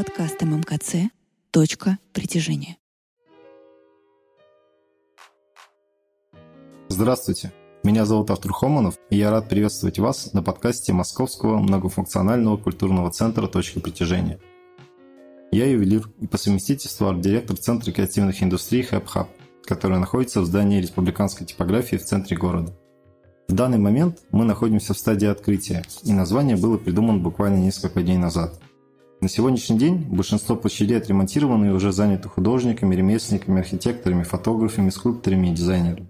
Подкаст ММКЦ «Точка притяжения». Здравствуйте, меня зовут Артур Хоманов, и я рад приветствовать вас на подкасте Московского многофункционального культурного центра «Точка притяжения». Я ювелир и по совместительству арт-директор Центра креативных индустрий HabHub, который находится в здании республиканской типографии в центре города. В данный момент мы находимся в стадии открытия, и название было придумано буквально несколько дней назад. На сегодняшний день большинство площадей отремонтированы и уже заняты художниками, ремесленниками, архитекторами, фотографами, скульпторами и дизайнерами.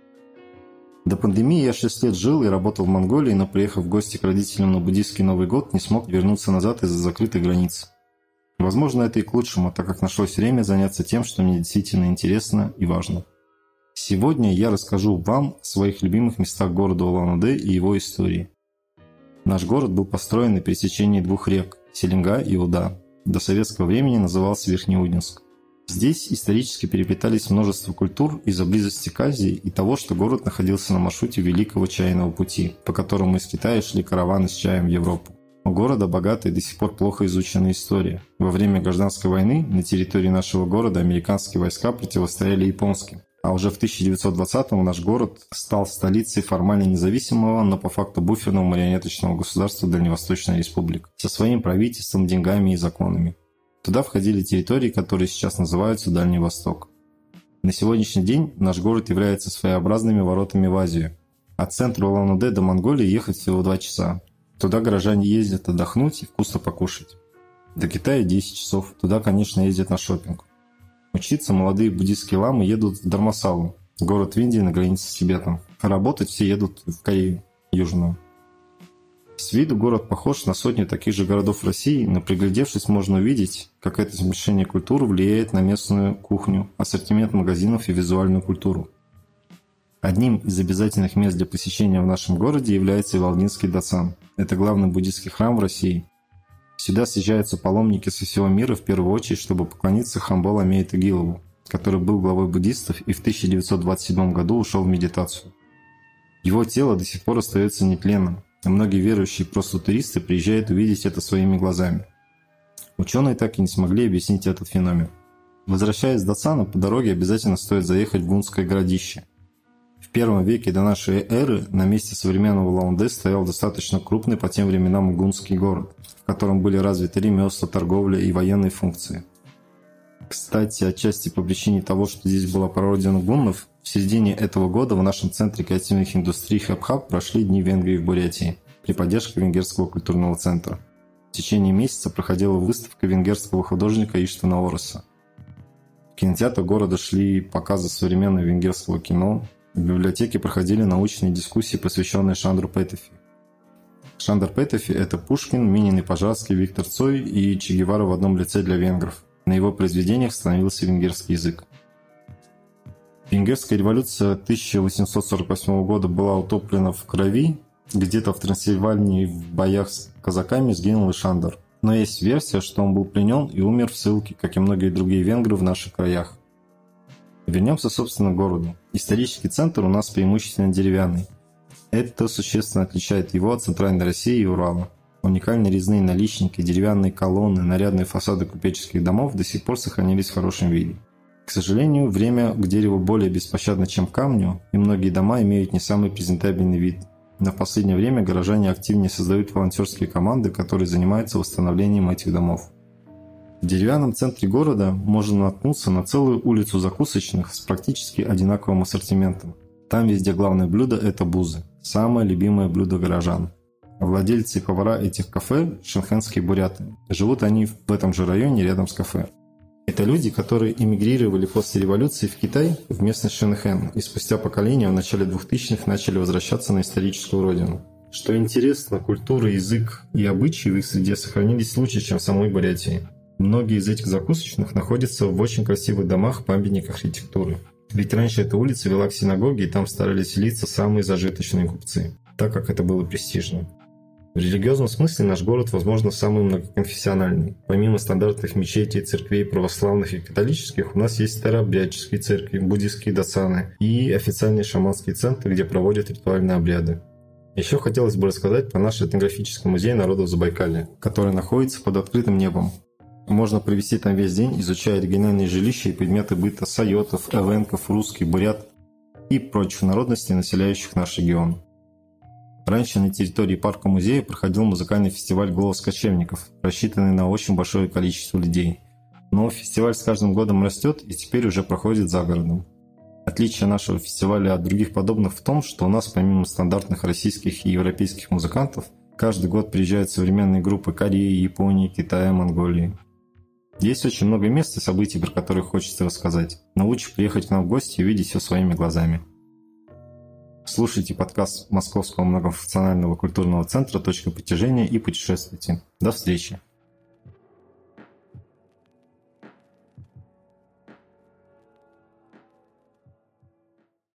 До пандемии я 6 лет жил и работал в Монголии, но приехав в гости к родителям на буддийский Новый год, не смог вернуться назад из-за закрытой границы. Возможно, это и к лучшему, так как нашлось время заняться тем, что мне действительно интересно и важно. Сегодня я расскажу вам о своих любимых местах города Улан-Удэ и его истории. Наш город был построен на пересечении двух рек – Селенга и Уда. До советского времени назывался Верхнеудинск. Здесь исторически переплетались множество культур из-за близости к Азии и того, что город находился на маршруте Великого чайного пути, по которому из Китая шли караваны с чаем в Европу. У города богатая и до сих пор плохо изученная история. Во время гражданской войны на территории нашего города американские войска противостояли японским. А уже в 1920-м наш город стал столицей формально независимого, но по факту буферного марионеточного государства Дальневосточная Республика со своим правительством, деньгами и законами. Туда входили территории, которые сейчас называются Дальний Восток. На сегодняшний день наш город является своеобразными воротами в Азию. От центра Улан-Удэ до Монголии ехать всего 2 часа. Туда горожане ездят отдохнуть и вкусно покушать. До Китая 10 часов. Туда, конечно, ездят на шопинг. Учиться молодые буддийские ламы едут в Дармасалу, город в Индии на границе с Тибетом. А работать все едут в Корею Южную. С виду город похож на сотни таких же городов России, но приглядевшись, можно увидеть, как это смешение культур влияет на местную кухню, ассортимент магазинов и визуальную культуру. Одним из обязательных мест для посещения в нашем городе является Иволгинский Дацан. Это главный буддийский храм в России. Сюда съезжаются паломники со всего мира в первую очередь, чтобы поклониться Хамбо Ламея Тагилову, который был главой буддистов и в 1927 году ушел в медитацию. Его тело до сих пор остается нетленным, а многие верующие и просто туристы приезжают увидеть это своими глазами. Ученые так и не смогли объяснить этот феномен. Возвращаясь с Дацана, по дороге обязательно стоит заехать в Гунское городище. В первом веке до нашей эры на месте современного Улан-Удэ стоял достаточно крупный по тем временам гунский город, в котором были развиты ремесла, торговля и военные функции. Кстати, отчасти по причине того, что здесь была прародина гуннов, в середине этого года в нашем Центре креативных индустрий HabHub прошли Дни Венгрии в Бурятии при поддержке Венгерского культурного центра. В течение месяца проходила выставка венгерского художника Иштвана Ороса. В кинотеатрах города шли показы современного венгерского кино. В библиотеке проходили научные дискуссии, посвященные Шандру Петефи. Шандор Петефи – это Пушкин, Минин и Пожарский, Виктор Цой и Че Гевара в одном лице для венгров. На его произведениях становился венгерский язык. Венгерская революция 1848 года была утоплена в крови. Где-то в Трансильвании в боях с казаками сгинул и Шандор. Но есть версия, что он был пленен и умер в ссылке, как и многие другие венгры в наших краях. Вернемся, собственно, к городу. Исторический центр у нас преимущественно деревянный. Это существенно отличает его от центральной России и Урала. Уникальные резные наличники, деревянные колонны, нарядные фасады купеческих домов до сих пор сохранились в хорошем виде. К сожалению, время к дереву более беспощадно, чем к камню, и многие дома имеют не самый презентабельный вид. Но в последнее время горожане активнее создают волонтерские команды, которые занимаются восстановлением этих домов. В деревянном центре города можно наткнуться на целую улицу закусочных с практически одинаковым ассортиментом. Там везде главное блюдо – это бузы, самое любимое блюдо горожан. Владельцы и повара этих кафе – шэньхэнские буряты. Живут они в этом же районе рядом с кафе. Это люди, которые эмигрировали после революции в Китай в местность Шэньхэн и спустя поколения в начале 2000-х начали возвращаться на историческую родину. Что интересно, культура, язык и обычаи в их среде сохранились лучше, чем в самой Бурятии. Многие из этих закусочных находятся в очень красивых домах, памятниках архитектуры. Ведь раньше эта улица вела к синагоге, и там старались селиться самые зажиточные купцы, так как это было престижно. В религиозном смысле наш город, возможно, самый многоконфессиональный. Помимо стандартных мечетей, церквей православных и католических, у нас есть старообрядческие церкви, буддийские дацаны и официальные шаманские центры, где проводят ритуальные обряды. Еще хотелось бы рассказать про наш этнографический музей народов Забайкалья, который находится под открытым небом. Можно провести там весь день, изучая оригинальные жилища и предметы быта сайотов, эвенков, русских, бурят и прочих народностей, населяющих наш регион. Раньше на территории парка-музея проходил музыкальный фестиваль «Голос кочевников», рассчитанный на очень большое количество людей. Но фестиваль с каждым годом растет и теперь уже проходит за городом. Отличие нашего фестиваля от других подобных в том, что у нас помимо стандартных российских и европейских музыкантов, каждый год приезжают современные группы Кореи, Японии, Китая, Монголии. Есть очень много мест и событий, про которые хочется рассказать, но лучше приехать к нам в гости и увидеть все своими глазами. Слушайте подкаст Московского многофункционального культурного центра «Точка притяжения» и путешествуйте. До встречи!